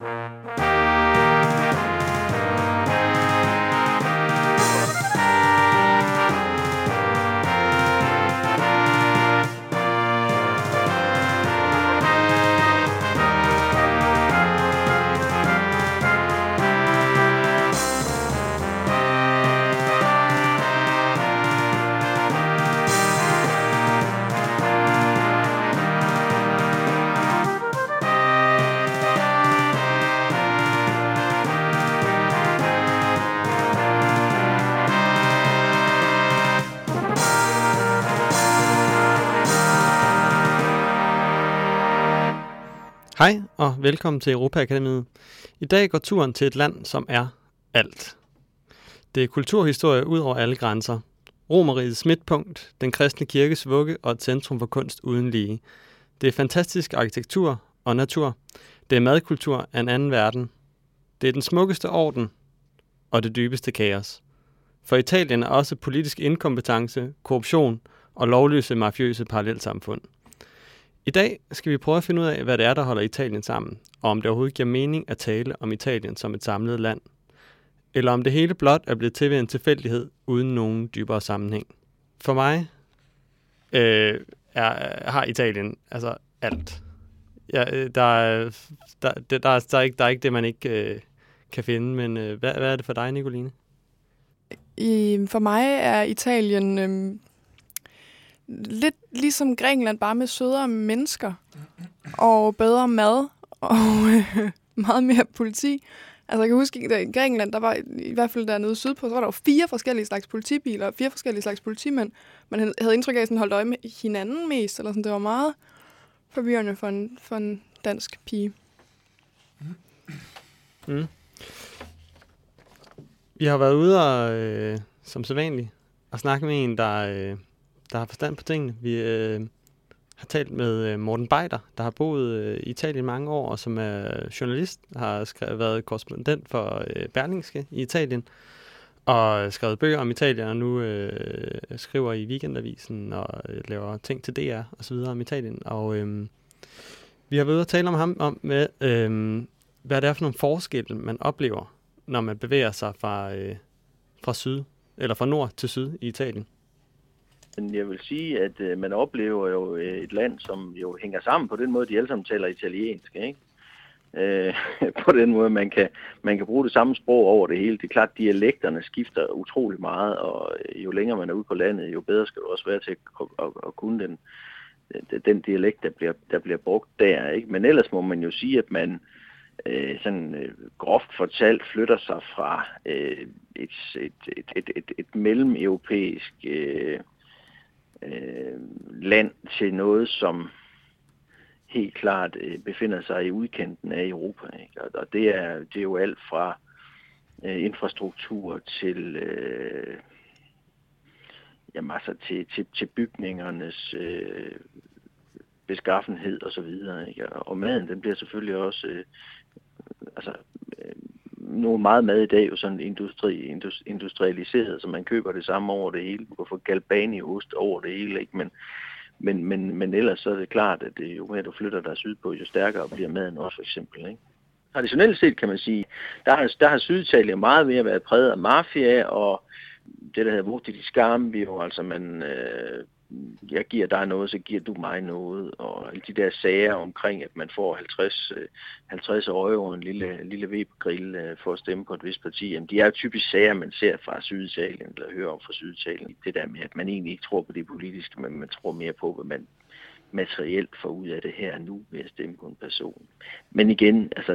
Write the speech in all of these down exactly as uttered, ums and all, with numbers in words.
Hej og velkommen til Europa Akademiet. I dag går turen til et land, som er alt. Det er kulturhistorie ud over alle grænser. Romerrigets midtpunkt, den kristne kirkes vugge og et centrum for kunst uden lige. Det er fantastisk arkitektur og natur. Det er madkultur af en anden verden. Det er den smukkeste orden og det dybeste kaos. For Italien er også politisk inkompetence, korruption og lovløse mafiøse parallelsamfund. I dag skal vi prøve at finde ud af, hvad det er, der holder Italien sammen, og om det overhovedet giver mening at tale om Italien som et samlet land, eller om det hele blot er blevet til ved en tilfældighed uden nogen dybere sammenhæng. For mig øh, er, har Italien altså alt. Ja, der, er, der, der, der, er, der, er ikke, der er ikke det, man ikke øh, kan finde, men øh, hvad, hvad er det for dig, Nicoline? I, for mig er Italien øh, lidt ligesom Grækenland, bare med sødere mennesker og bedre mad og øh, meget mere politi. Altså jeg kan huske, at i Grækenland, der var i hvert fald dernede sydpå, så var der jo fire forskellige slags politibiler og fire forskellige slags politimænd. Man havde indtryk af, at sådan holdt øje med hinanden mest, eller sådan. Det var meget forvirrende for en, for en dansk pige. Mm. Vi har været ude og, øh, som sædvanligt, og snakke med en, der, øh, der har forstand på tingene. Vi øh, har talt med øh, Morten Beider, der har boet øh, i Italien mange år, og som er journalist, har skrevet, været korrespondent for øh, Berlingske i Italien, og skrevet bøger om Italien, og nu øh, skriver i Weekendavisen og øh, laver ting til D R og så videre om Italien. Og øh, vi har været ude og tale om ham om, med, øh, hvad det er for nogle forskelle, man oplever, når man bevæger sig fra, øh, fra syd, eller fra nord til syd i Italien. Men jeg vil sige, at øh, man oplever jo et land, som jo hænger sammen på den måde, de alle sammen taler italiensk, ikke? Øh, på den måde, man kan, man kan bruge det samme sprog over det hele. Det er klart, at dialekterne skifter utrolig meget, og jo længere man er ude på landet, jo bedre skal det også være til at, at, at kunne den, den dialekt, der bliver, der bliver brugt der, ikke? Men ellers må man jo sige, at man øh, sådan øh, groft fortalt flytter sig fra øh, et, et, et, et, et, et mellemeuropæisk øh, øh, land til noget, som helt klart øh, befinder sig i udkanten af Europa, ikke? Og, og det, er, det er jo alt fra øh, infrastruktur til, øh, jamen, altså til, til, til bygningernes øh, beskaffenhed og så videre, ikke? Og maden, den bliver selvfølgelig også øh, altså øh, noget meget mad i dag jo sådan industri, industri, industrialiseret, så man køber det samme over det hele. Du kan få Galbani-ost over det hele, ikke? Men, men, men, men ellers så er det klart, at det, jo mere du flytter dig sydpå, jo stærkere bliver maden også, for eksempel, ikke? Traditionelt set kan man sige, der har, der har Syditalien meget mere været præget af mafia, og det der hedder voto di scambio, altså man, øh, jeg giver dig noget, så giver du mig noget, og de der sager omkring, at man får halvtreds, halvtreds euro og en lille, lille Weber-grill øh, for at stemme på et vist parti, jamen de er jo typisk sager, man ser fra Syditalien, eller hører om fra Syditalien. Det der med, at man egentlig ikke tror på det politiske, men man tror mere på, hvad man materielt får ud af det her nu ved at stemme på en person. Men igen, altså,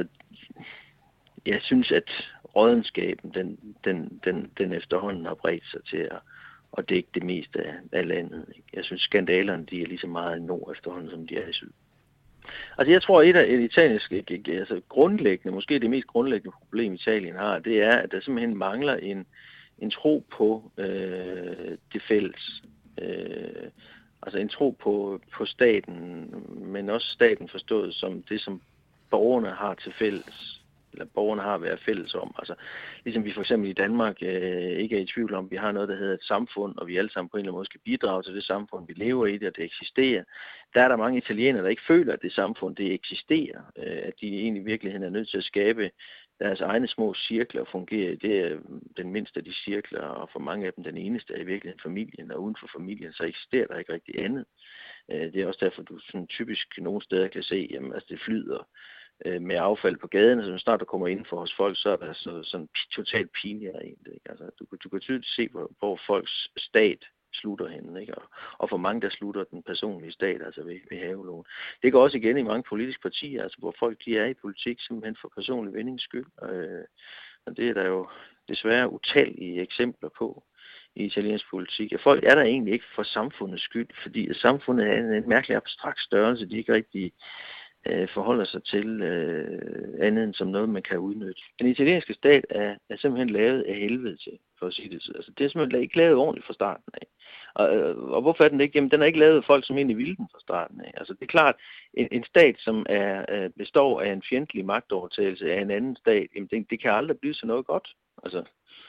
jeg synes, at rådenskaben, den, den, den, den efterhånden har bredt sig til at, at dække det meste af, af landet. Jeg synes, skandalerne, de er lige så meget i nord efterhånden, som de er i syd. Altså, jeg tror, et af et italiensk, altså grundlæggende, måske det mest grundlæggende problem, Italien har, det er, at der simpelthen mangler en, en tro på øh, det fælles. Øh, altså en tro på, på staten, men også staten forstået som det, som borgerne har til fælles. eller borgerne har at være fælles om. Altså, ligesom vi for eksempel i Danmark øh, ikke er i tvivl om, vi har noget, der hedder et samfund, og vi alle sammen på en eller anden måde skal bidrage til det samfund, vi lever i det, og det eksisterer. Der er der mange italienere, der ikke føler, at det samfund, det eksisterer. Øh, at de egentlig i virkeligheden er nødt til at skabe deres egne små cirkler og fungere. Det er den mindste af de cirkler, og for mange af dem den eneste er i virkeligheden familien, og uden for familien, så eksisterer der ikke rigtig andet. Det er også derfor, du sådan typisk nogle steder kan se, at altså det flyder med affald på gaden, så snart du kommer ind for hos folk, så er der så, sådan totalt pinligt rent. Altså, du, du kan tydeligt se, hvor, hvor folks stat slutter henne, ikke? Og, og for mange, der slutter den personlige stat, altså ved, ved havelån. Det går også igen i mange politiske partier, altså hvor folk de er i politik simpelthen for personlig vindings skyld. Øh, og det er der jo desværre utallige eksempler på i italiensk politik. At folk er der egentlig ikke for samfundets skyld, fordi samfundet er en, en mærkelig abstrakt størrelse, de ikke rigtig øh, forholder sig til øh, andet end som noget, man kan udnytte. Den italienske stat er, er simpelthen lavet af helvede til, for at sige det. Altså, det er simpelthen ikke lavet ordentligt fra starten af. Og, og hvorfor er den ikke? Jamen, den er ikke lavet af folk, som egentlig ville den fra starten af. Altså, det er klart, en, en stat, som er, består af en fjendtlig magtovertagelse af en anden stat, jamen, det, det kan aldrig blive så noget godt. Altså,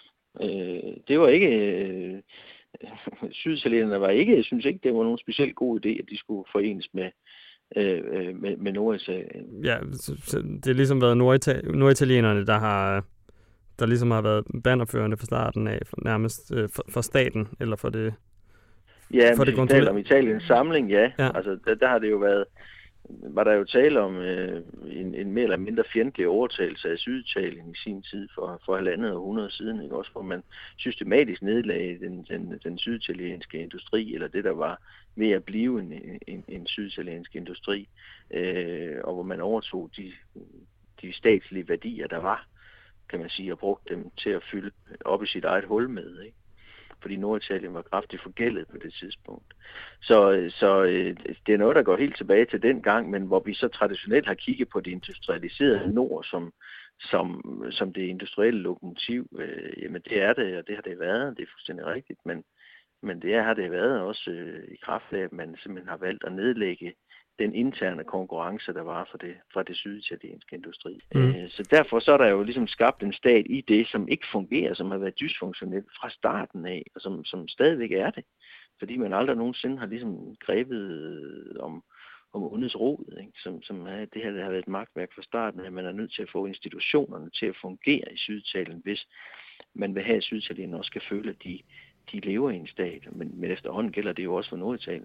øh, det var ikke... Øh, Syditalienerne var ikke, jeg synes ikke, det var nogen specielt god idé, at de skulle forenes med øh, med, med Norditalien. Ja, det har ligesom været Nordita- norditalienerne, der har der ligesom har været bannerførende fra starten af, for, nærmest øh, for, for staten, eller for det Ja, for hvis det vi taler om Italiens samling, ja. ja. Altså, der, der har det jo været, var der jo tale om øh, en, en mere eller mindre fjendtlig overtagelse af Syditalien i sin tid for, for halvandet århundrede siden, ikke? Også hvor man systematisk nedlagde den, den, den syditalienske industri, eller det der var ved at blive en, en, en syditaliensk industri, øh, og hvor man overtog de, de statslige værdier, der var, kan man sige, og brugte dem til at fylde op i sit eget hul med, ikke? Fordi Norditalien var kraftigt forgældet på det tidspunkt. Så, så det er noget, der går helt tilbage til den gang, men hvor vi så traditionelt har kigget på det industrialiserede nord som, som, som det industrielle lokomotiv. Øh, jamen det er det, og det har det været, det er fuldstændig rigtigt, men, men det har det været også øh, i kraft af, at man simpelthen har valgt at nedlægge den interne konkurrence, der var for det, fra det syditalienske industri. Mm. Øh, så derfor så er der jo ligesom skabt en stat i det, som ikke fungerer, som har været dysfunktionelt fra starten af, og som, som stadigvæk er det. Fordi man aldrig nogensinde har ligesom grebet om, om ondets rod, ikke? Som, som er, det her der har været et magtværk fra starten af, at man er nødt til at få institutionerne til at fungere i Syditalien, hvis man vil have, at Syditalien også skal føle, at de, de lever i en stat. Men, men efterhånden gælder det jo også for Norditalien.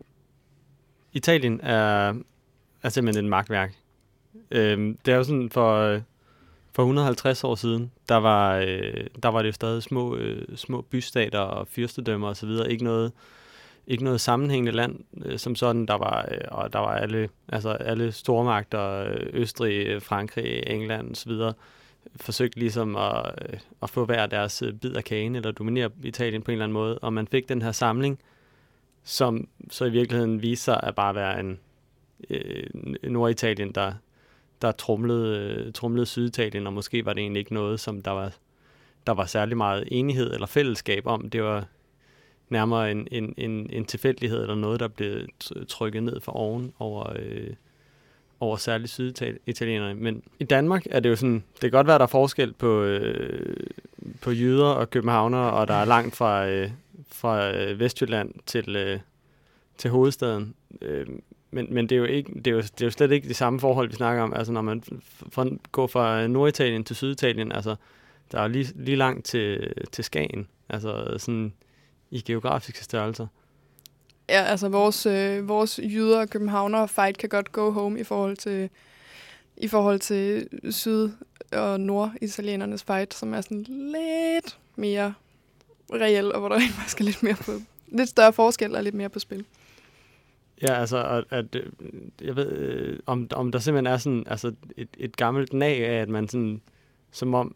Italien er, er simpelthen et magtværk. Øhm, det er jo sådan, for, for et hundrede og halvtreds år siden, der var, øh, der var det jo stadig små, øh, små bystater og fyrstedømmer og så videre. Ikke noget, ikke noget sammenhængende land øh, som sådan. Der var, øh, og der var alle, altså alle stormagter, øh, Østrig, Frankrig, England og så videre, forsøgte ligesom at, øh, at få hver deres bid af kagen, eller dominere Italien på en eller anden måde. Og man fik den her samling, som så i virkeligheden viste sig at bare være en øh, Norditalien, der, der trumlede, trumlede Syditalien, og måske var det egentlig ikke noget, som der var, der var særlig meget enighed eller fællesskab om. Det var nærmere en, en, en, en tilfældighed eller noget, der blev trykket ned fra oven over, øh, over særligt syditalienerne. Men i Danmark er det jo sådan, det kan godt være, der er forskel på, øh, på jyder og københavnere, og der er langt fra... Øh, fra øh, Vestjylland til, øh, til hovedstaden. Øh, men men det, er jo ikke, det, er jo, det er jo slet ikke det samme forhold, vi snakker om. Altså når man f- går fra Norditalien til Syditalien, altså der er jo lige, lige langt til, til Skagen, altså sådan i geografiske størrelser. Ja, altså vores, øh, vores jyder og københavner fight kan godt go home i forhold til, i forhold til syd- og norditalienерnes fight, som er sådan lidt mere reel, og hvor der rent faktisk er lidt mere på, lidt større forskel og lidt mere på spil. Ja, altså, at, at jeg ved, om, om der simpelthen er sådan, altså et, et gammelt nag af, at man sådan, som om,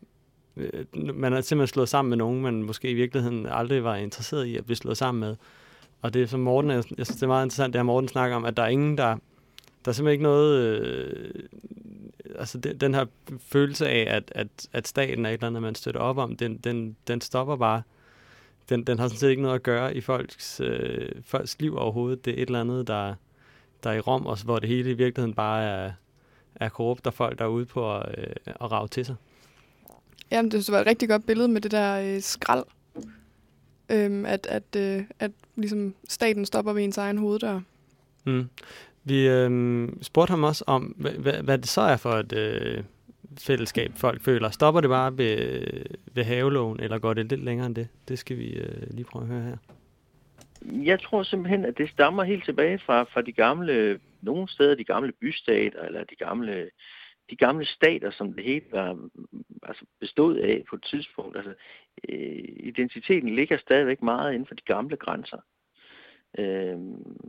man er simpelthen slået sammen med nogen, man måske i virkeligheden aldrig var interesseret i at blive slået sammen med. Og det er som Morten, jeg, jeg synes, det er meget interessant, det her Morten snakker om, at der er ingen, der, der er simpelthen ikke noget, øh, altså det, den her følelse af, at, at, at staten er et eller andet, man støtter op om, den, den, den stopper bare. Den, den har sådan set ikke noget at gøre i folks, øh, folks liv overhovedet. Det er et eller andet, der, der er i Rom, og hvor det hele i virkeligheden bare er, er korrupt, og folk der er ude på at, øh, at rage til sig. Jamen, det var et rigtig godt billede med det der øh, skrald. Øhm, at, at, øh, at ligesom staten stopper ved ens egen hoveddør. Mm. Vi øh, spurgte ham også om, hvad, hvad, hvad det så er for et øh, fællesskab, folk føler. Stopper det bare ved, ved havelån, eller går det lidt længere end det? Det skal vi øh, lige prøve at høre her. Jeg tror simpelthen, at det stammer helt tilbage fra, fra de gamle, nogle steder de gamle bystater, eller de gamle, de gamle stater, som det hele var altså bestod af på et tidspunkt. Altså, øh, identiteten ligger stadigvæk meget inden for de gamle grænser, øh,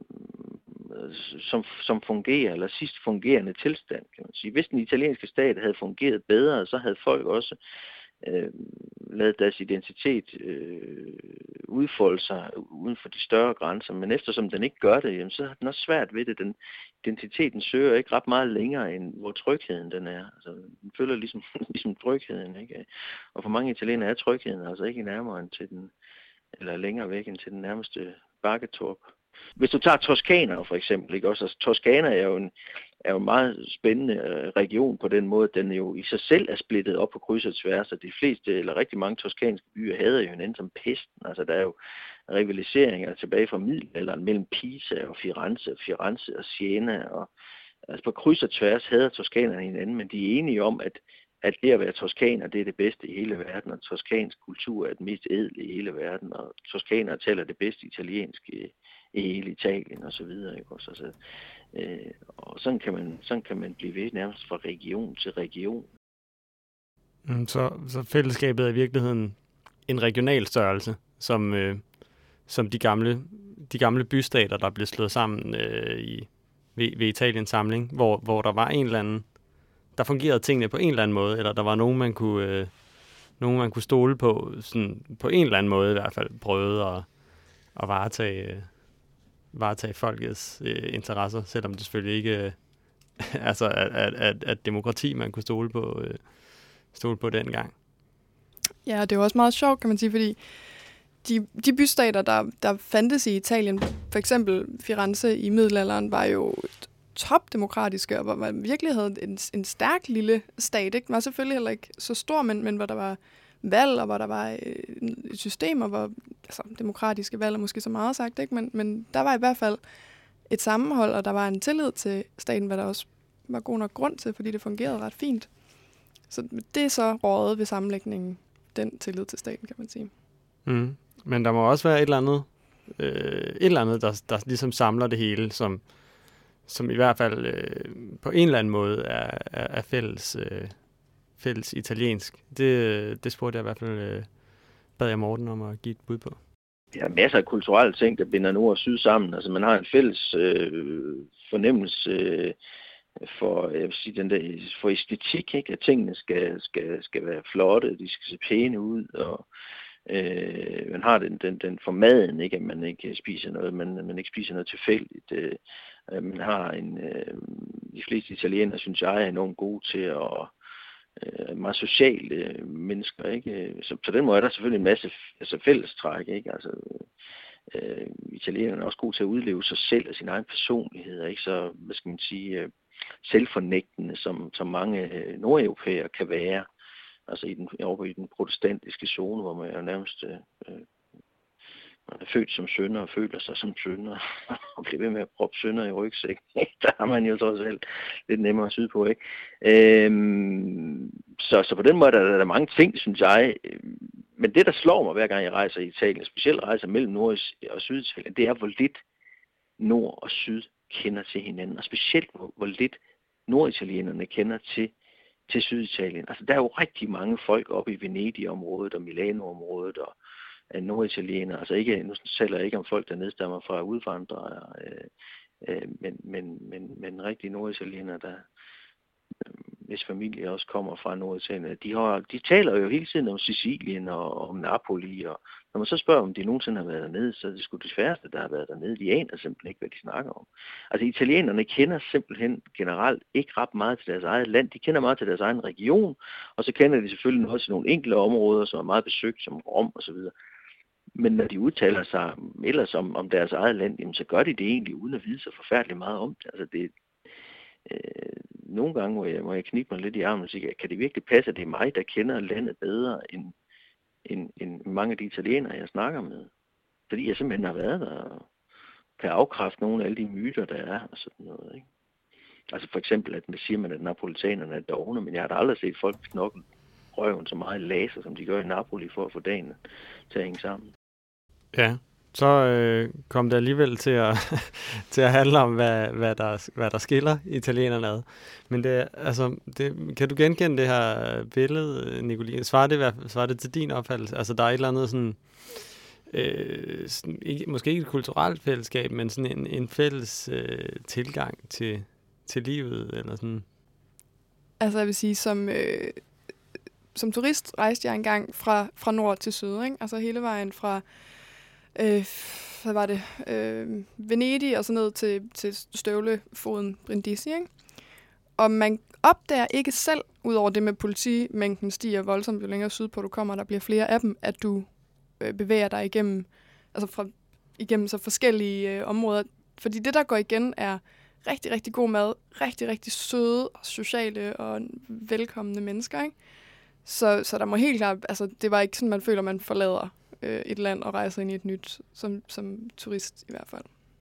som, som fungerer, eller sidst fungerende tilstand, kan man sige. Hvis den italienske stat havde fungeret bedre, så havde folk også øh, ladet deres identitet øh, udfolde sig uden for de større grænser, men eftersom den ikke gør det, jamen, så er den også svært ved det. Den identiteten søger ikke ret meget længere, end hvor trygheden den er. Altså, den føler ligesom, ligesom trygheden, ikke? Og for mange italienere er trygheden altså ikke nærmere end til den, eller længere væk end til den nærmeste bakketorp. Hvis du tager Toskana for eksempel, ikke også? Altså, Toskana er jo en er jo en meget spændende region på den måde, den jo i sig selv er splittet op på kryds og tværs, og de fleste, eller rigtig mange toskanske byer, hader jo hinanden som pesten. Altså, der er jo rivaliseringer tilbage fra middelalderen mellem Pisa og Firenze, Firenze og Siena, og altså på kryds og tværs hader toskanerne hinanden, men de er enige om, at at det at være toskaner, det er det bedste i hele verden, og toskansk kultur er det mest ædle i hele verden, og toskanere taler det bedste italiensk i, i hele Italien og så videre, ikke også? Altså, øh, og sådan kan man sådan kan man blive ved nærmest fra region til region. Mm, så, så fællesskabet er i virkeligheden en regional størrelse, som øh, som de gamle de gamle bystater, der blev slået sammen øh, i ved, ved Italiens samling, hvor hvor der var en eller anden der fungerede tingene på en eller anden måde, eller der var nogen, man kunne, øh, nogen, man kunne stole på, sådan, på en eller anden måde i hvert fald, prøvede at, at varetage, øh, varetage folkets øh, interesser, selvom det selvfølgelig ikke øh, altså, at, at, at, at demokrati, man kunne stole på, øh, stole på dengang. Ja, det er jo også meget sjovt, kan man sige, fordi de, de bystater, der, der fandtes i Italien, for eksempel Firenze i middelalderen, var jo topdemokratiske, og hvor man virkelig havde en, en stærk lille stat. Ikke? Den var selvfølgelig heller ikke så stor, men, men hvor der var valg, og hvor der var et system, og hvor altså, demokratiske valg er måske så meget sagt, ikke? Men, men der var i hvert fald et sammenhold, og der var en tillid til staten, hvad der også var god nok grund til, fordi det fungerede ret fint. Så det er så rådet ved sammenlægningen, den tillid til staten, kan man sige. Mm. Men der må også være et eller andet, øh, et eller andet der, der ligesom samler det hele, som som i hvert fald øh, på en eller anden måde er, er, er fælles, øh, fælles italiensk. Det, det spurgte jeg i hvert fald, øh, bad jeg Morten om at give et bud på. Der er masser af kulturelle ting, der binder nord og syd sammen. Altså man har en fælles øh, fornemmelse øh, for, jeg vil sige, den der, for æstetik, ikke? At tingene skal, skal, skal være flotte, de skal se pæne ud, og øh, man har den, den, den for maden, ikke? At man ikke spiser noget, man, man ikke spiser noget tilfældigt. Øh, Man har en, øh, de fleste italienere, synes jeg, er enormt gode til at øh, meget sociale øh, mennesker, ikke? Så på den måde er der selvfølgelig en masse altså fællestræk, ikke? Altså øh, italienerne er også gode til at udleve sig selv og sin egen personlighed, ikke? Så, hvad skal man sige, øh, selvfornægtende, som, som mange øh, nordeuropæere kan være. Altså i den, over i den protestantiske zone, hvor man jo nærmest øh, man er født som synder og føler sig som synder og bliver ved med at proppe synder i rygsæk. Der har man jo trods alt lidt nemmere at syde på, ikke? Øhm, så, så på den måde der er der mange ting, synes jeg. Men det, der slår mig hver gang jeg rejser i Italien, specielt rejser mellem Nord- og Syditalien, det er, hvor lidt Nord og Syd kender til hinanden. Og specielt, hvor, hvor lidt norditalienerne kender til, til Syditalien. Altså, der er jo rigtig mange folk oppe i Venedig-området og Milano-området og norditalienere, altså ikke, nu taler jeg ikke om folk, der nedstammer fra udvandrere, øh, øh, men, men, men, men rigtige norditalienere, der, øh, hvis familie også kommer fra Norditalien, de, har, de taler jo hele tiden om Sicilien og om Napoli, og når man så spørger, om de nogensinde har været dernede, så er det sgu de færreste, der har været dernede. De aner simpelthen ikke, hvad de snakker om. Altså italienerne kender simpelthen generelt ikke ret meget til deres eget land. De kender meget til deres egen region, og så kender de selvfølgelig også nogle enkelte områder, som er meget besøgt, som Rom og så videre. Men når de udtaler sig ellers om, om deres eget land, jamen, så gør de det egentlig uden at vide så forfærdeligt meget om det. Altså det, øh, nogle gange må jeg, må jeg knibe mig lidt i armen og sige, kan det virkelig passe, at det er mig, der kender landet bedre end, end, end mange af de italienere, jeg snakker med? Fordi jeg simpelthen har været der og kan afkræfte nogle af alle de myter, der er og sådan noget, ikke? Altså for eksempel, at man siger man, at napolitanerne er dovne, men jeg har da aldrig set folk knokle røven så meget laser, som de gør i Napoli, for at få dagen til at hænge sammen. Ja, så øh, kom det alligevel til at, til at handle om, hvad, hvad, der, hvad der skiller italienerne ad. Men det, altså, det, kan du genkende det her billede, Nicoline? Svarer det, svarer det til din opfattelse? Altså, der er et eller andet sådan, øh, sådan ikke, måske ikke et kulturelt fællesskab, men sådan en, en fælles øh, tilgang til, til livet, eller sådan? Altså, jeg vil sige, som... Øh Som turist rejste jeg engang fra, fra nord til syd, ikke? Altså hele vejen fra, øh, hvad var det, øh, Venedig og så ned til, til støvlefoden Brindisi, ikke? Og man opdager ikke selv, udover det med politimængden stiger voldsomt, jo længere sydpå du kommer, der bliver flere af dem, at du øh, bevæger dig igennem, altså fra, igennem så forskellige øh, områder. Fordi det, der går igen, er rigtig, rigtig god mad, rigtig, rigtig søde, og sociale og velkommende mennesker, ikke? Så, så der må helt klart, altså det var ikke sådan, man føler, man forlader øh, et land og rejser ind i et nyt, som, som turist i hvert fald.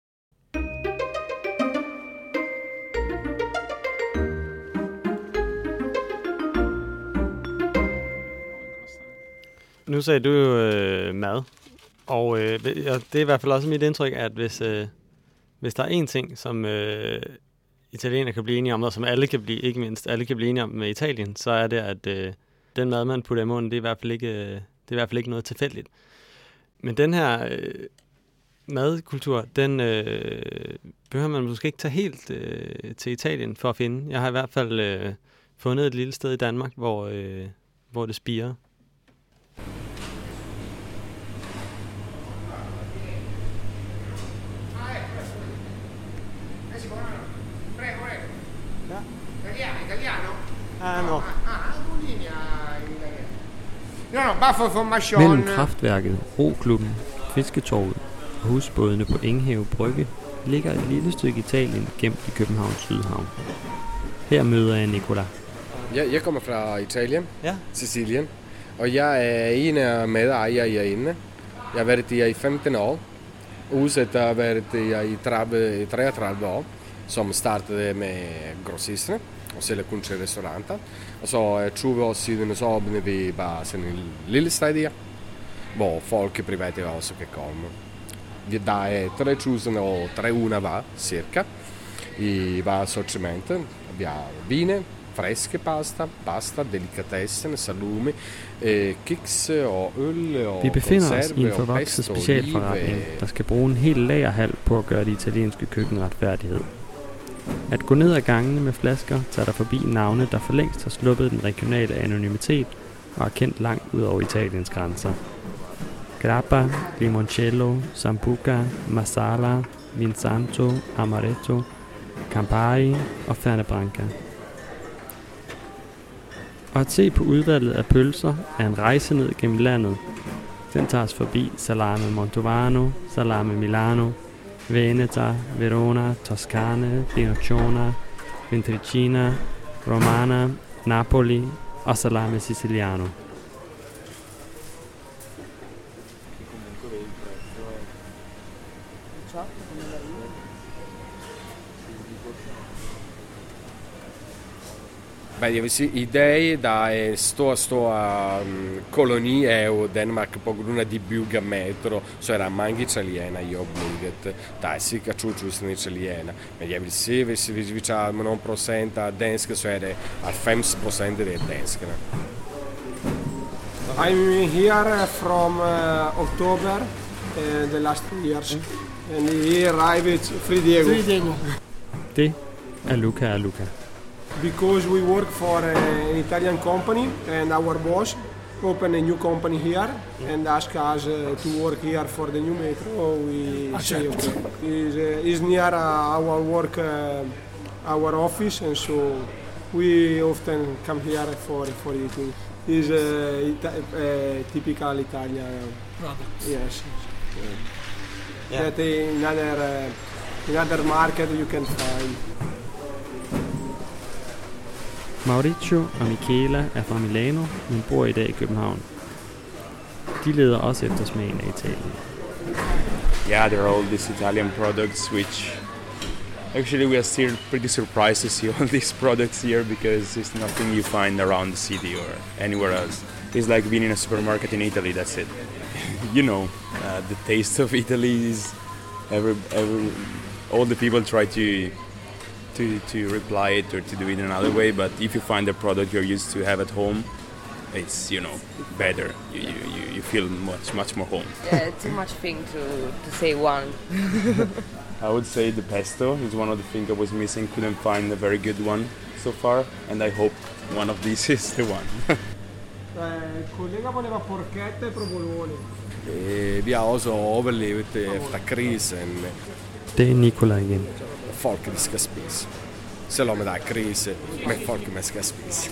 Nu sagde du jo øh, mad, og øh, det er i hvert fald også mit indtryk, at hvis, øh, hvis der er én ting, som øh, italienere kan blive enige om, og som alle kan blive, ikke mindst alle kan blive enige om med Italien, så er det, at øh, den mad, man putter i munden, det er i hvert fald ikke, det er i hvert fald ikke noget tilfældigt. Men den her øh, madkultur, den øh, behøver man måske ikke tage helt øh, til Italien for at finde. Jeg har i hvert fald øh, fundet et lille sted i Danmark, hvor, øh, hvor det spirer. Ah, no. No, no, bare for information. Mellem kraftværket, roklubben, fisketorvet og husbådene på Enghave Brygge ligger et lille stykke Italien gemt i Københavns Sydhavn. Her møder jeg Nicola. Ja, jeg kommer fra Italien, ja. Sicilien, og jeg er en af medejere herinde. Jeg har været her i femten år. Huset har været her i treogtredive år, som startede med grossisterne. Og sælger kun til restauranter. Og så tyve år siden, så åbnede vi bare sådan en lille sted her, hvor folk private også kan komme. Der er tre tusind tre hundrede var, cirka, i vores sortiment. Vi har vine, friske pasta, pasta, delikatessen, salume, øh, kiks og øl og Vi befinder konserve, os i en forvokset specialforretning, der skal bruge en hel lagerhal på at gøre det italienske køkken retfærdighed. At gå ned ad gangene med flasker tager der forbi navne, der for længst har sluppet den regionale anonymitet og er kendt langt ud over Italiens grænser. Grappa, Limoncello, Sambuca, Marsala, Vinsanto, Amaretto, Campari og Fernebranca. Og at se på udvalget af pølser er en rejse ned gennem landet. Den tager os forbi Salame Mantovano, Salame Milano, Veneta, Verona, Toscane, Pinocchiona, Ventricina, Romana, Napoli og Salame Siciliano. Men jeg vil sige, i dag der er en stor, stor um, koloni af Danmark på grund af de bygger metro, så er der mange italienere i opbygget. Der er cirka to tusind italienere. Men jeg vil sige, hvis, hvis vi tager nogle procent af danske, så er det halvfems procent af danskere. I'm here from uh, October uh, the last years. And he arrived Free Diego. Free Diego. Det er Luca og Luca. Because we work for an Italian company and our boss opened a new company here and asked us uh, to work here for the new metro. We say okay. It's, uh, it's near uh, our work, uh, our office, and so we often come here for for eating. It's a uh, Ita- uh, typical Italian product. Yes. Yeah. That in other uh, in other market you can find. Mauricio og Michela er fra Milano, men bor i dag i København. De leder også efter smagen af Italien. Yeah, there are all these Italian products which actually we are still pretty surprised to see all these products here because it's nothing you find around the city or anywhere else. It's like being in a supermarket in Italy, that's it. You know, uh, the taste of Italy is every, every all the people try to to to reply it or to do it in another way, but if you find a product you're used to have at home, it's, you know, better. You you, you feel much much more home. Yeah, too much thing to, to say one. I would say the pesto is one of the things I was missing. Couldn't find a very good one so far, and I hope one of these is the one. Il collega voleva porchetta e provolone. E vi har også overlevet fra krisen. Det er Nicola igen. Folk, de skal spise. Selvom der er krise, men folk, man skal spise.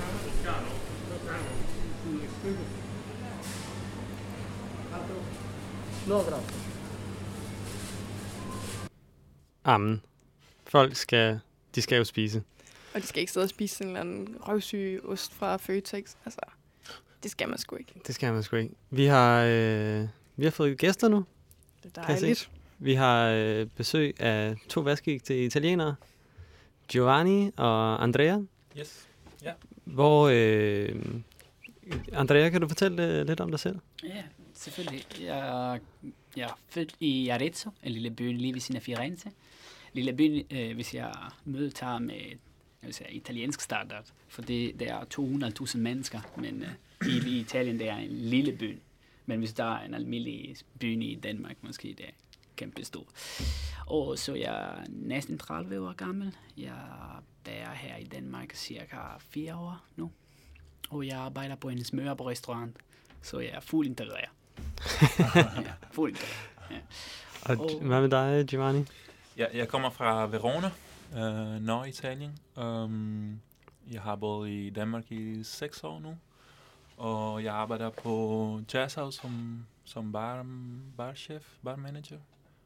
Amen. Folk skal, de skal jo spise. Og de skal ikke sidde og spise en eller anden røvsyg ost fra Føtex. Altså, det skal man sgu ikke. Det skal man sgu ikke. Vi har, øh, vi har fået gæster nu. Det er dejligt. Vi har øh, besøg af to vaskegik til italienere. Giovanni og Andrea. Yes. Ja. Yeah. Hvor, øh, Andrea, kan du fortælle øh, lidt om dig selv? Ja, selvfølgelig. Jeg, jeg er født i Arezzo, en lille by lige ved siden af Firenze. Lille by, øh, hvis jeg møder med jeg vil sige, italiensk standard, for det, det er to hundrede tusind mennesker, men øh, i, i Italien det er en lille by. Men hvis der er en almindelig by i Danmark, måske det er kæmpe stor. Og så jeg er næsten tredive år gammel. Jeg er her i Danmark cirka fire år nu. Og jeg arbejder på en smørbrød-restaurant, så jeg er fuldt integreret. ja, fuldt integreret. Ja. Og, og hvad med dig, Giovanni? Ja, jeg kommer fra Verona, øh, Norditalien. Um, jeg har boet i Danmark i seks år nu. Og jeg arbejder på Jazzhouse som, som bar, barchef, barmanager.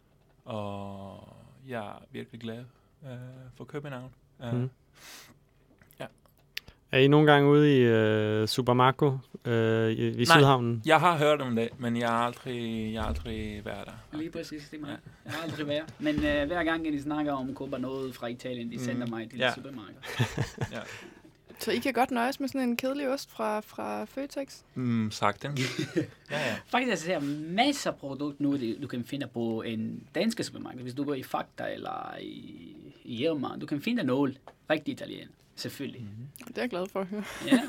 Og jeg er virkelig glad øh, for København. Uh, mm. Ja. Er I nogle gange ude i øh, Supermarco øh, i, i Sydhavnen? Nej, jeg har hørt om det, men jeg har aldrig, jeg har aldrig været der. Lige præcis, det er mig. Jeg har aldrig været. Men øh, hver gang de snakker om at købe noget fra Italien, de sender mm. mig til ja. Supermarked. Ja. Så I kan godt nøjes med sådan en kedelig ost fra, fra Føtex? Mm, sagtens. ja, ja. Faktisk er der masser af produkter nu, du kan finde på en dansk supermarked. Hvis du går i Fakta eller i, i Irma, du kan finde noget rigtig italiener. Selvfølgelig. Mm-hmm. Det er jeg glad for at høre. ja,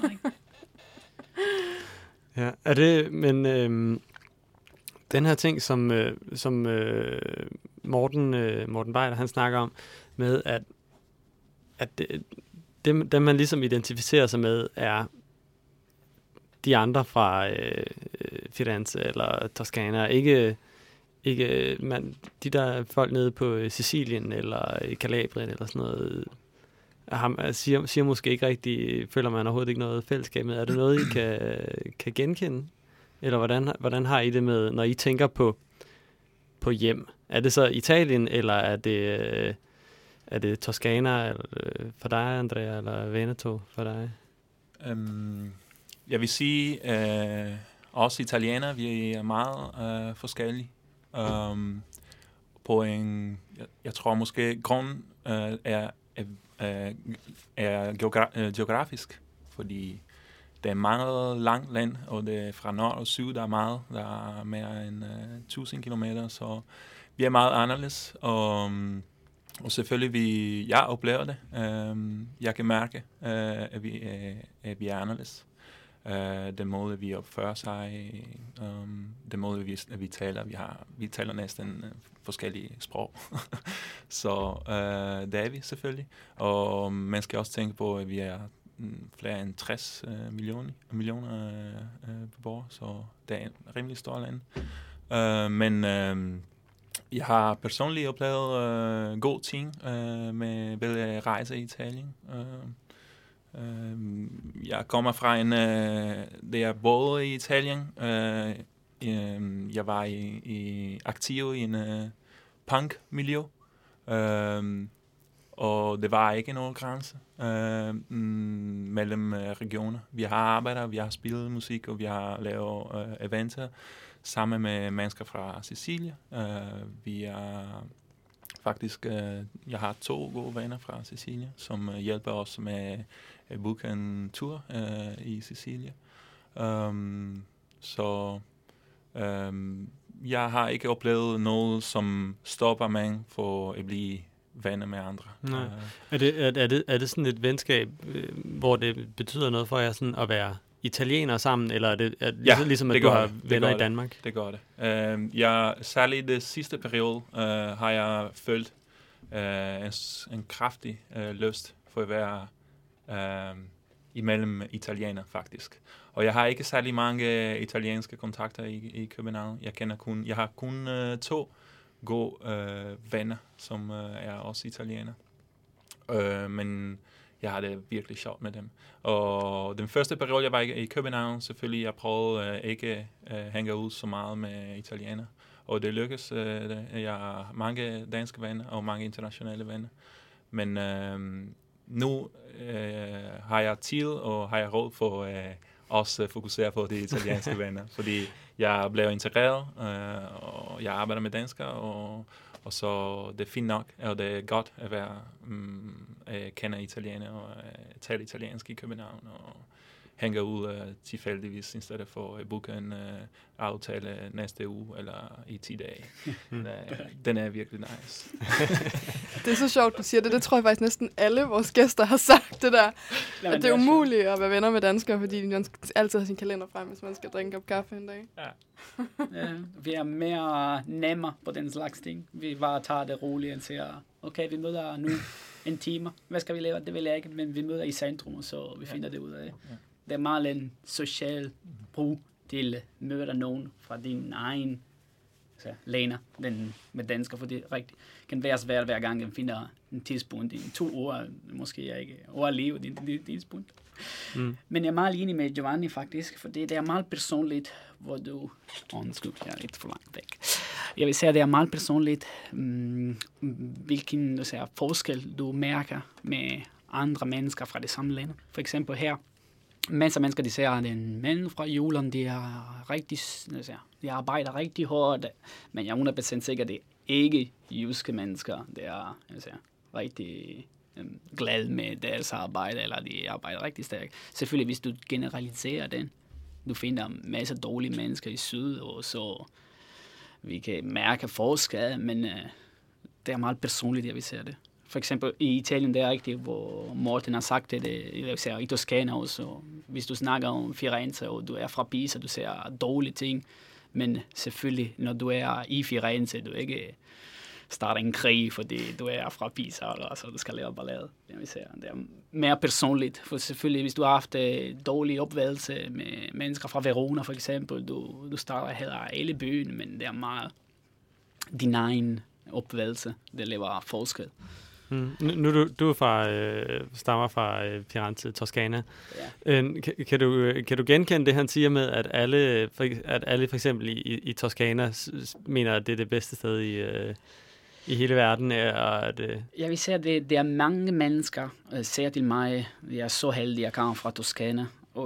ja, er det, men øhm, den her ting, som, øh, som øh, Morten, øh, Morten Beider, han snakker om, med at, at det, dem, dem, man ligesom identificerer sig med, er de andre fra øh, Firenze eller Toscana. Ikke, ikke man, de der folk nede på Sicilien eller i Calabrien eller sådan noget, ham, siger, siger måske ikke rigtig, føler man overhovedet ikke noget fællesskab med. Er det noget, I kan, kan genkende? Eller hvordan, hvordan har I det med, når I tænker på, på hjem? Er det så Italien, eller er det, er det Toscana eller, for dig, Andrea, eller Veneto for dig? Um, jeg vil sige, uh, os italienere, vi er meget uh, forskellige. Um, på en, jeg, jeg tror måske, grund uh, er er, er geogra- øh, geografisk, fordi det er meget langt land, og det er fra nord og syd, der er meget, der er mere end øh, tusind kilometer, så vi er meget anderledes, og, og selvfølgelig, vi, jeg oplever det. Um, jeg kan mærke, uh, at, vi, uh, at vi er anderledes. Uh, den måde, vi opfører sig, um, den måde, vi, vi taler, vi, har, vi taler næsten uh, forskellige sprog. Så uh, det er vi selvfølgelig. Og man skal også tænke på, at vi er mm, flere end tres uh, millioner, millioner uh, beboere, så det er en rimelig stor land. Uh, men uh, jeg har personligt oplevet uh, gode ting uh, med ved at rejse i Italien. Uh, Uh, jeg kommer fra en, uh, det er både i Italien. Uh, uh, jeg var i, i aktiv i en uh, punk-miljø. Uh, og det var ikke nogen grænse øh, mm, mellem øh, regioner. Vi har arbejdet, vi har spillet musik, og vi har lavet øh, eventer sammen med mennesker fra Sicilien. Øh, vi er faktisk, øh, jeg har to gode venner fra Sicilien, som øh, hjælper os med at booke en tur øh, i Sicilien. Um, så um, jeg har ikke oplevet noget, som stopper mig for at blive venner med andre. Nej. Uh, er, det, er, er, det, er det sådan et venskab, øh, hvor det betyder noget for jer sådan at være italienere sammen, eller er det, er det ja, ligesom, at det du har det. venner det i Danmark? Det. det gør det. Uh, jeg, særligt det sidste periode uh, har jeg følt uh, en, en kraftig uh, lyst for at være uh, imellem italienere, faktisk. Og jeg har ikke særlig mange italienske kontakter i, i København. Jeg kender kun, jeg har kun uh, to gode uh, venner, som uh, er også italienere. Uh, men jeg har det virkelig sjovt med dem. Og den første periode, jeg var i, i København, selvfølgelig, jeg prøvede uh, ikke uh, hænge ud så meget med italienere. Og det lykkedes. Uh, jeg har mange danske venner og mange internationale venner. Men uh, nu øh, har jeg tid, og har jeg råd for at øh, også fokusere på de italienske venner. Fordi jeg blev integreret, øh, og jeg arbejder med danskere, og, og så det er fint nok, og det er godt at være um, at kende italiener og uh, tale italiensk i København, og hænge ud uh, tilfældigvis, i stedet for at booke en uh, aftale næste uge, eller i ti dage. Den er virkelig nice. Det er så sjovt, du siger det. Det tror jeg faktisk næsten alle vores gæster har sagt, det der. Jamen, at det er umuligt at være venner med danskere, fordi man altid har sin kalender frem, hvis man skal drikke en kop kaffe en dag. Ja. Ja, vi er mere nemmere på den slags ting. Vi bare tager det roligt og siger, okay, vi møder nu en time. Hvad skal vi lave? Det vil jeg ikke, men vi møder i centrum, og så vi finder det ud af. Ja. Det er meget en social brug til at møde nogen fra din egen altså, læner den med dansker, for det rigtig, kan være svært hver gang, man finder en tidspunkt i to år, måske jeg ikke overleve din tidspunkt. Mm. Men jeg er meget enig med Giovanni faktisk, for det, det er meget personligt, hvor du... Undskyld, jeg er lidt for langt væk. Jeg vil sige, at det er meget personligt, um, hvilken du siger, forskel du mærker med andre mennesker fra det samme land. For eksempel her, masser af mennesker, de siger, at en mand fra Jylland, de er rigtig, siger, de arbejder rigtig hårdt, men jeg er hundrede procent sikker, at det er ikke jyske mennesker, det er siger, rigtig øhm, glad med deres arbejde, eller de arbejder rigtig stærkt. Selvfølgelig, hvis du generaliserer den, du finder masser af dårlige mennesker i syd, og så vi kan mærke forskel, men øh, det er meget personligt, jeg vil sige det. For eksempel i Italien, det er rigtigt, hvor Morten har sagt det, det jeg vil sige, i Toscana også. Hvis du snakker om Firenze, og du er fra Pisa, du ser dårlige ting, men selvfølgelig, når du er i Firenze, du ikke starter en krig, fordi du er fra Pisa, eller så du skal lave ballade. Jeg vil sige, det er mere personligt, for selvfølgelig, hvis du har haft dårlig opvægelse med mennesker fra Verona, for eksempel, du, du starter heller alle byen, men det er meget din egen opvægelse, det laver forskel. Mm. Nu du, du er fra, øh, stammer fra øh, Firenze, Toscana. Ja. Øh, kan, kan, du, kan du genkende det, han siger med, at alle for, at alle for eksempel i, i Toscana mener, at det er det bedste sted i, øh, i hele verden? Og at, øh... Jeg vil sige, at det, det er mange mennesker, der siger til mig, jeg er så heldig, at jeg kommer fra Toscana.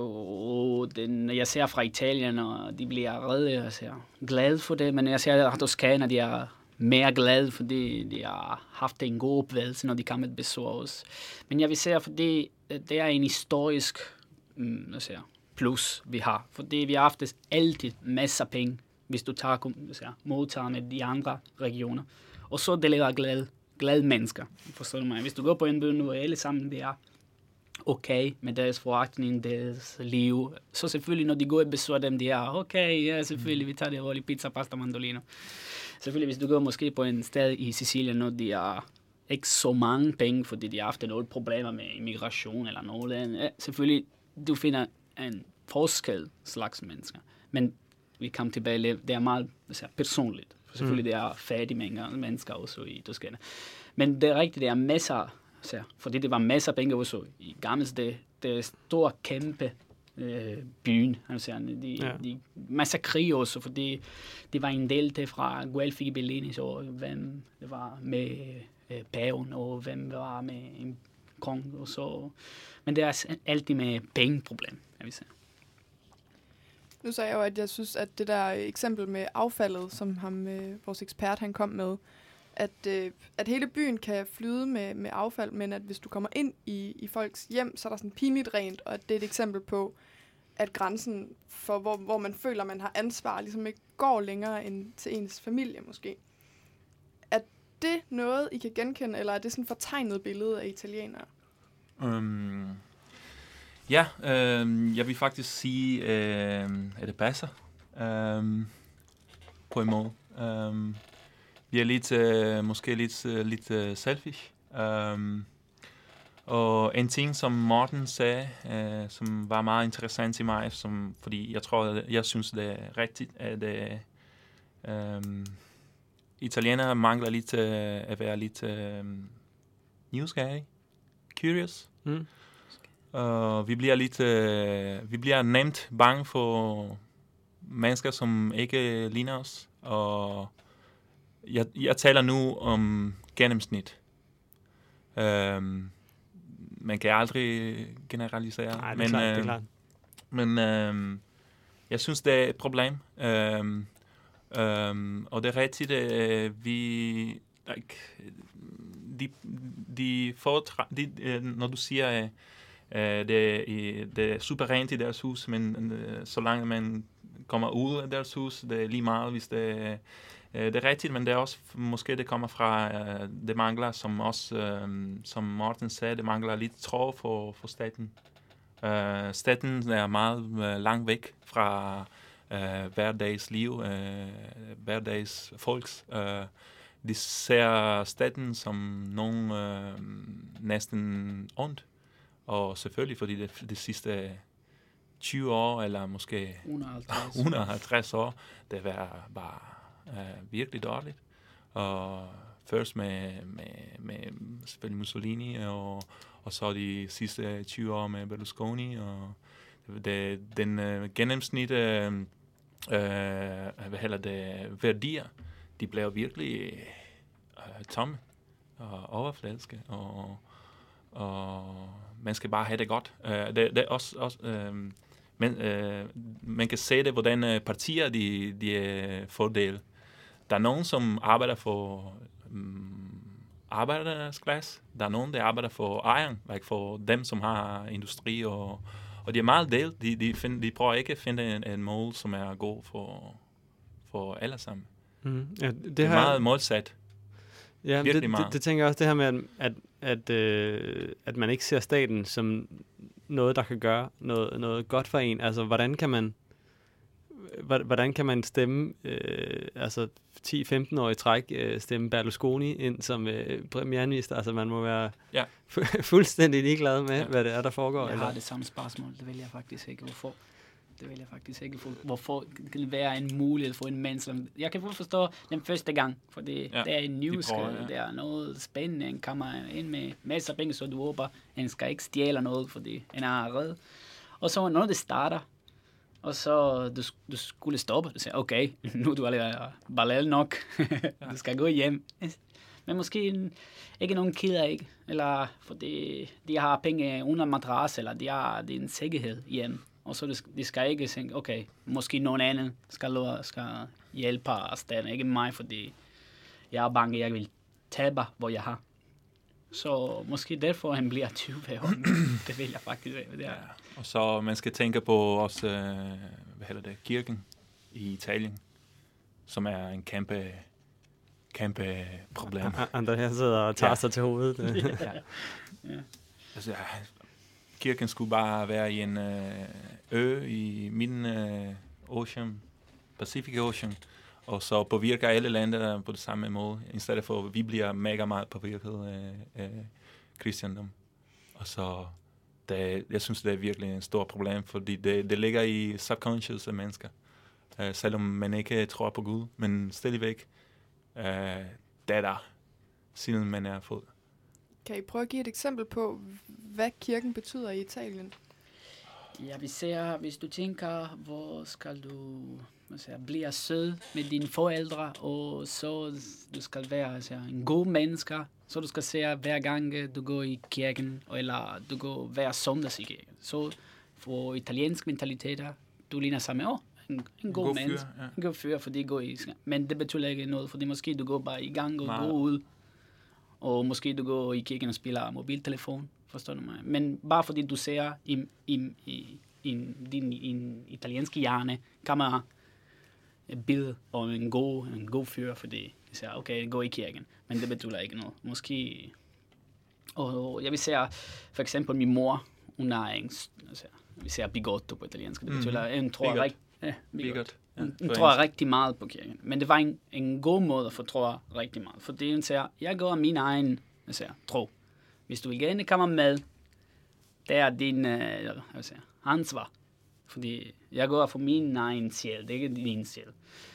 Og den, jeg ser fra Italien, og de bliver redde, og siger glade for det, men jeg ser fra Toscana, de er mere glade, fordi de har haft en god opvægelse, når de kommer til besøge os. Men jeg vil sige, fordi det er en historisk mm, siger, plus, vi har. Fordi vi har haft altid masser af penge, hvis du tager siger, modtager med de andre regioner. Og så det laver glade, glade mennesker. Forstår du mig? Hvis du går på en by, hvor alle sammen det er okay med deres forretning, deres liv. Så selvfølgelig, når de går og besøger dem, de er okay, ja, selvfølgelig, vi tager det roligt, pizza, pasta, mandolino. Selvfølgelig, hvis du går måske på en sted i Sicilien, når de har ikke så mange penge, fordi de har haft nogle problemer med immigration eller noget. Ja, selvfølgelig, du finder en forskel slags mennesker. Men vi kommer tilbage, det er meget altså, personligt. For selvfølgelig, mm. det er fattige mennesker også i Toscana. Men det er rigtigt, det er masser, altså, fordi det var masser af penge også i gammelt, det, det er stor, kæmpe øh, byen. Altså, de, ja. de, masser af krig også, fordi det var en del til fra Guelfi Bellini, så hvem det var med øh, paven, og hvem var med en kong, og så. Men det er altid med pengeproblem, jeg vil sige. Nu sagde jeg jo, at jeg synes, at det der eksempel med affaldet, som ham, øh, vores ekspert han kom med, at, øh, at hele byen kan flyde med, med affald, men at hvis du kommer ind i, i folks hjem, så er der sådan pinligt rent, og at det er et eksempel på, at grænsen for, hvor, hvor man føler, man har ansvar, ligesom ikke går længere end til ens familie måske. Er det noget, I kan genkende, eller er det sådan et fortegnet billede af italienere? Um, ja, øh, jeg vil faktisk sige, øh, at det passer øh, på en måde. Øh, vi er lidt, øh, måske lidt, øh, lidt øh, selfish. Øh, og en ting, som Morten sagde, øh, som var meget interessant til mig, som, fordi jeg tror, at jeg synes, det er rigtigt, at øh, øh, italienere mangler lidt øh, at være lidt øh, nysgerrige, curious. Mm. Uh, vi bliver lidt, uh, vi bliver nemt bange for mennesker, som ikke ligner os. Og jeg, jeg taler nu om gennemsnit. Um, man kan aldrig generalisere. Nej, det er men, klart, uh, det er klart. Men um, jeg synes, det er et problem. Um, um, og det er rigtigt, at vi... Like, de, de foretra- de, uh, når du siger... Uh, Uh, det, det er super rent i deres hus, men uh, så langt man kommer ud af deres hus, det er lige meget, hvis det, uh, det er rigtigt, men det er også, måske det kommer fra, uh, det mangler, som også, uh, som Morten sagde, det mangler lidt tro for, for staten. Uh, staten er meget uh, langt væk fra uh, hverdags liv, uh, hverdags folks. Uh, de ser staten som nogen uh, næsten ondt. Og selvfølgelig, fordi det, det sidste tyve år, eller måske hundrede og halvtreds år, det var bare uh, virkelig dårligt. Og først med, med, med selvfølgelig Mussolini, og, og så de sidste tyve år med Berlusconi. Og det, den uh, gennemsnit, uh, hvad hedder det, værdier, de blev virkelig uh, tomme og overfladiske. Og og man skal bare have det godt. Uh, det, det er også, også uh, men, uh, man kan se det, hvordan uh, partier de, de uh, fordel. Der er nogen, som arbejder for um, arbejdernes klasse. Der er nogen, der arbejder for ejeren, like for dem, som har industri. Og, og de er meget delt. De, de, find, de prøver ikke at finde en, en mål, som er god for, for alle sammen. Mm. Ja, det, det er har... meget målsat. Ja, det, det, det tænker jeg også, det her med, at, at, at, øh, at man ikke ser staten som noget, der kan gøre noget, noget godt for en. Altså, hvordan kan man, hvordan kan man stemme, øh, altså ti femten år i træk, øh, stemme Berlusconi ind som øh, premierminister? Altså, man må være ja. fu- fuldstændig ligeglad med, ja. hvad det er, der foregår. Jeg eller? har det samme spørgsmål, det vil jeg faktisk ikke. Hvorfor? Det vil jeg faktisk ikke. Hvorfor kan det være en mulighed for en mand, som... Jeg kan forstå den første gang, for det, ja, det er en news, de prøver, ja. Det er noget spændende. En kommer ind med masser af penge, så du håber, han skal ikke stjæle noget, fordi han er red. Og så når det starter, og så du, du skulle stoppe, du siger, okay, nu er du allerede ballal nok, du skal gå hjem. Men måske ikke nogen keder, ikke? Eller fordi de har penge under madras, eller de har det er en sikkerhed hjem. Og så de skal ikke tænke, okay, måske nogen anden skal, skal hjælpe os, ikke mig, fordi jeg er bange, jeg vil tabe, hvor jeg har. Så måske derfor han bliver tyve år. Det vil jeg faktisk. Det er. Ja. Og så man skal tænke på også, hvad hedder det, kirken i Italien, som er en kæmpe, kæmpe problem. Andre her sidder og tager ja. sig til hovedet. ja. Ja. Altså, ja. Kirken skulle bare være i en øh, ø i midten af Ocean, Pacific Ocean, og så påvirker alle lande på det samme måde, i stedet for at vi bliver mega meget påvirket af, af kristendom. Og så, det, jeg synes, det er virkelig et stort problem, fordi det, det ligger i subconscious af mennesker, uh, selvom man ikke tror på Gud, men stadigvæk, uh, det er der, siden man er født. Kan I prøve at give et eksempel på, hvad kirken betyder i Italien? Ja, vi ser, hvis du tænker, hvor skal du altså, blive sød med dine forældre, og så du skal være altså, en god menneske, så du skal se hver gang du går i kirken, eller du går hver søndag i kirken. Så for italiensk mentaliteter, du ligner sammen, åh, en, en, en god, god menneske, ja. En god fyr, fordi går i, men det betyder ikke noget, fordi måske du går bare i gang og Nej. går ud, og måske du går i kirken og spiller mobiltelefon, forstår du mig? Men bare fordi du ser i, i, i, i din i en italienske hjerne, kan man et billede om en god, en god fyr, fordi jeg siger, okay, gå i kirken, men det betyder ikke noget. Måske, og jeg vil sige, for eksempel min mor, hun er en, altså, vi siger bigotto på italiensk, det betyder, mm. hun tror, rigt, ja, bigot. Ja, hun tror rigtig meget på kirken, men det var en, en god måde at fortro rigtig meget, fordi hun siger, jeg går af min egen jeg siger, tro. Hvis du vil gerne komme med, det er din øh, jeg siger, ansvar. Fordi jeg går for min egen sjæl, det er ikke din sjæl.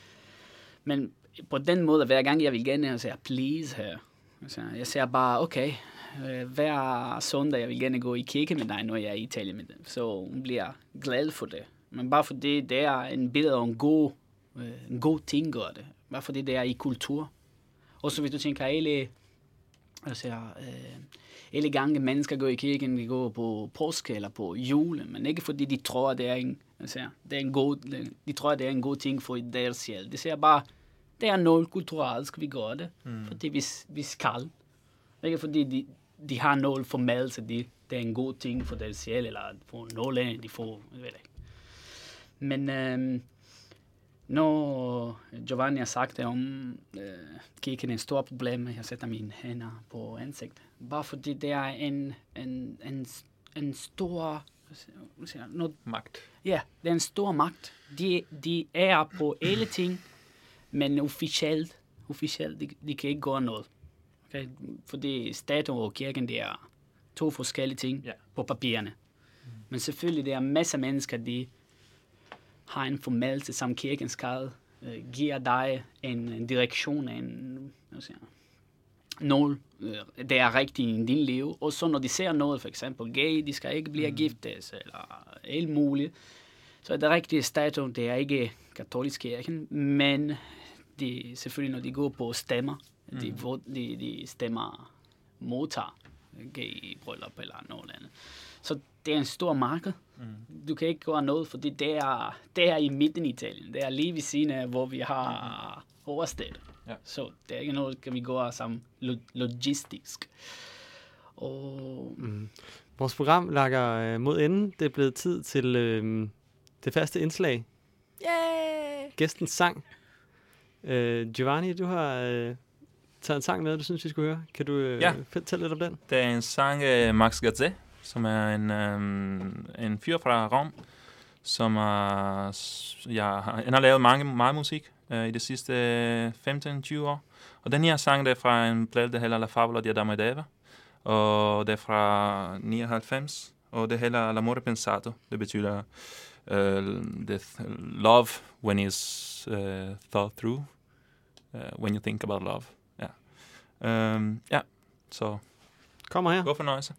Men på den måde, hver gang jeg vil gerne jeg siger, please her. Altså, jeg siger bare, okay, øh, hver søndag jeg vil gerne gå i kirke med dig, når jeg er i Italien med dem. Så hun bliver glad for det. Men bare fordi det er en billede af en god, øh, en god ting, gør det. Bare fordi det er i kultur. Og så hvis du tænker, alle, altså, øh, alle gange mennesker går i kirken, de går på påske eller på jule, men ikke fordi de tror, det er en, altså, det er en god, de tror, det er en god ting for deres sjæl. Det siger bare, det er noget kulturelt, skal vi gøre det, mm. fordi vi, vi skal. Ikke fordi de, de har noget formelt, det, det er en god ting for deres sjæl, eller for nogle, de får, jeg ved ikke. Men øhm, når Giovanni har sagt det om øh, kirken er et stort problem, jeg sætter mine hænder på ansigt. Bare fordi det er en, en, en, en stor noget, magt. Ja, det er en stor magt. De, de er på alle ting, men officielt, officielt de, de kan ikke gøre noget. Okay? Fordi staten og kirken, det er to forskellige ting yeah. på papirerne. Mm. Men selvfølgelig, der er masser af mennesker, de har en formelse, som kirken skal uh, give dig en, en direktion, en, siger, noget, uh, det er rigtigt i din liv. Og så når de ser noget, for eksempel gay, de skal ikke blive mm. giftes, eller alt muligt. Så det rigtige status, det er ikke katolisk kirken, men de, selvfølgelig når de går på stemmer, mm. de, de, de stemmer modtager gay bryllup eller noget andet. Så det er en stor marked. Mm. Du kan ikke gøre noget, fordi det er, det er i midten i Italien. Det er lige ved siden af, hvor vi har mm. overstedet. Ja. Så det er ikke noget, kan vi gøre som logistisk. Og mm. Vores program lager øh, mod enden. Det er blevet tid til øh, det faste indslag. Yay! Gæstens sang. Øh, Giovanni, du har øh, taget en sang med, du synes, vi skulle høre. Kan du øh, ja. fortælle lidt om den? Det er en sang af Max Gazzè, som er en, um, en fyr fra Rom, som uh, ja, han har lavet mange, meget musik uh, i de sidste femten til tyve år. Og den her sang det er fra en plade, der hedder La Favola di Adamo ed Eva, og det er fra nioghalvfems, og det hedder L'amore pensato. Det betyder uh, the love when it's uh, thought through, uh, when you think about love. Ja, um, ja. så kommer her. God fornøjelse.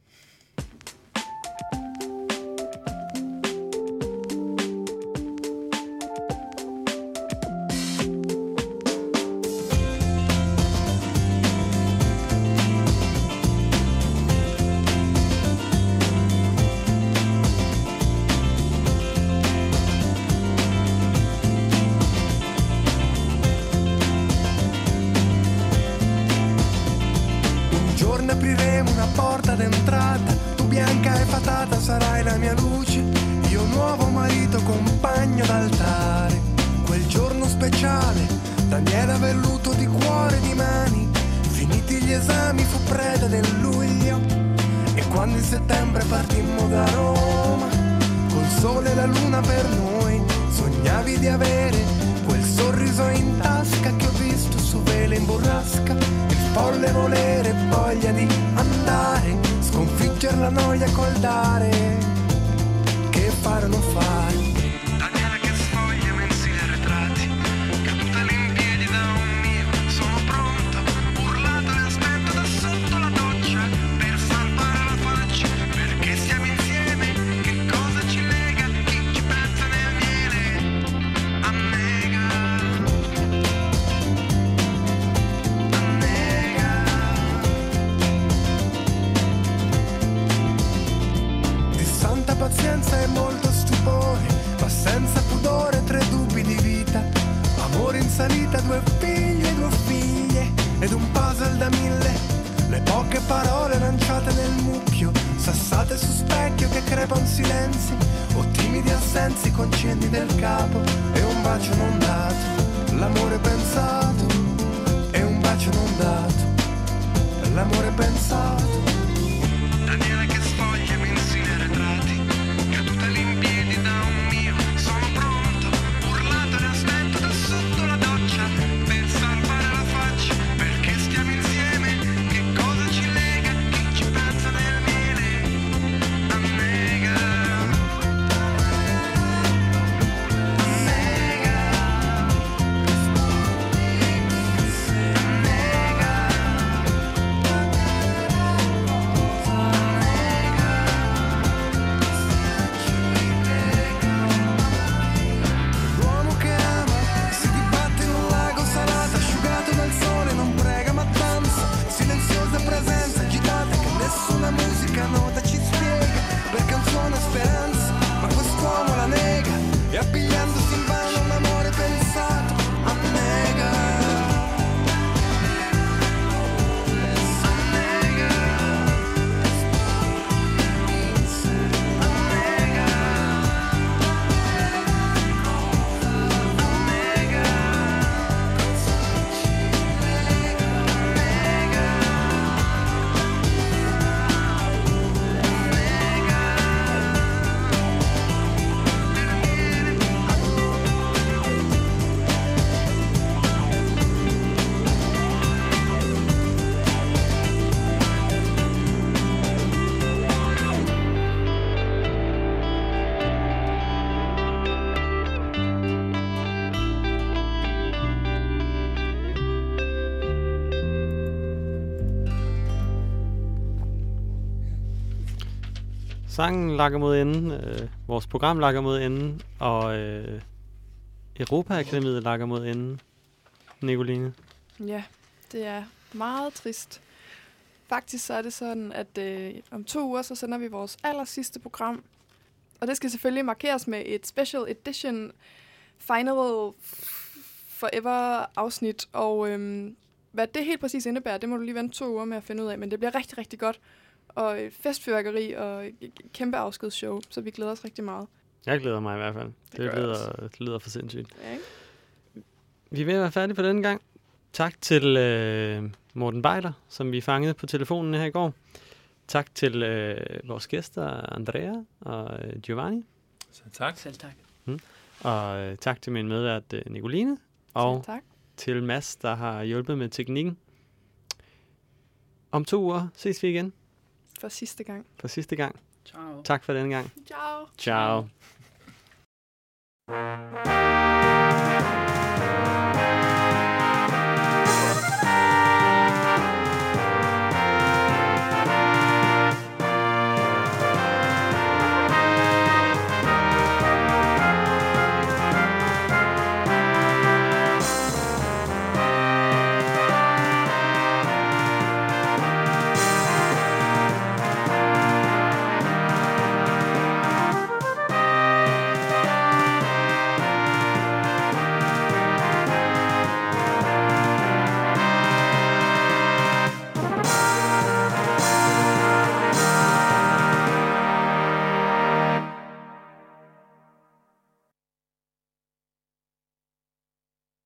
Sarai la mia luce, io nuovo marito, compagno d'altare. Quel giorno speciale, Daniela velluto di cuore e di mani. Finiti gli esami fu preda del luglio, e quando in settembre partimmo da Roma, col sole e la luna per noi, sognavi di avere quel sorriso in tasca che ho visto su vele in burrasca, il folle volere e voglia di andare, sconfiggere la noia col dare, che fare o non fare. Daniela che sfoglia mensili e ritratti, caduta lì in piedi da un mio, sono pronto, urlato e aspetto da sotto la doccia, per salvare la faccia, perché siamo insieme, che cosa ci volte su specchio che crepan silenzi o timidi assensi con cenni del capo e un bacio non dato, l'amore pensato e un bacio non dato, l'amore pensato. Daniela che sfoglia mensili arretrati, caduta lì in piedi da un mio sono pronto, urlato e aspetto da sotto la doccia per salvare la faccia, perché stiamo insieme, che cosa ci lega, chi ci pensa nel miele annega, annega, l'uomo che ama si dibatte in un lago salato, asciugato dal sole, non prega ma danza, silenziosa presenza agitata che nessuna musica nota ci spiega, perché un suono è speranza, ma quest'uomo la nega, e appigliandosi in vano un amore pensato, annega, annega, Sangen lakker mod enden, øh, vores program lakker mod enden, og øh, Europa-akademiet lakker mod enden. Nicoline? Ja, det er meget trist. Faktisk så er det sådan, at øh, om to uger, så sender vi vores aller sidste program. Og det skal selvfølgelig markeres med et special edition final forever afsnit. Og øhm, hvad det helt præcis indebærer, det må du lige vente to uger med at finde ud af. Men det bliver rigtig, rigtig godt. Og festfyrværkeri og kæmpe afskedsshow, så vi glæder os rigtig meget. Jeg glæder mig i hvert fald. Det, Det gør det, jeg lyder, det lyder for sindssygt. Ja, ikke? Vi er ved at være færdige for denne gang. Tak til øh, Morten Beider, som vi fangede på telefonen her i går. Tak til øh, vores gæster, Andrea og øh, Giovanni. Så tak. Selv tak. Mm. Og øh, tak til min medvært øh, Nicoline. Og tak. til Mads, der har hjulpet med teknikken. Om to uger ses vi igen. For sidste gang. For sidste gang. Ciao. Tak for denne gang. Ciao. Ciao. Ciao.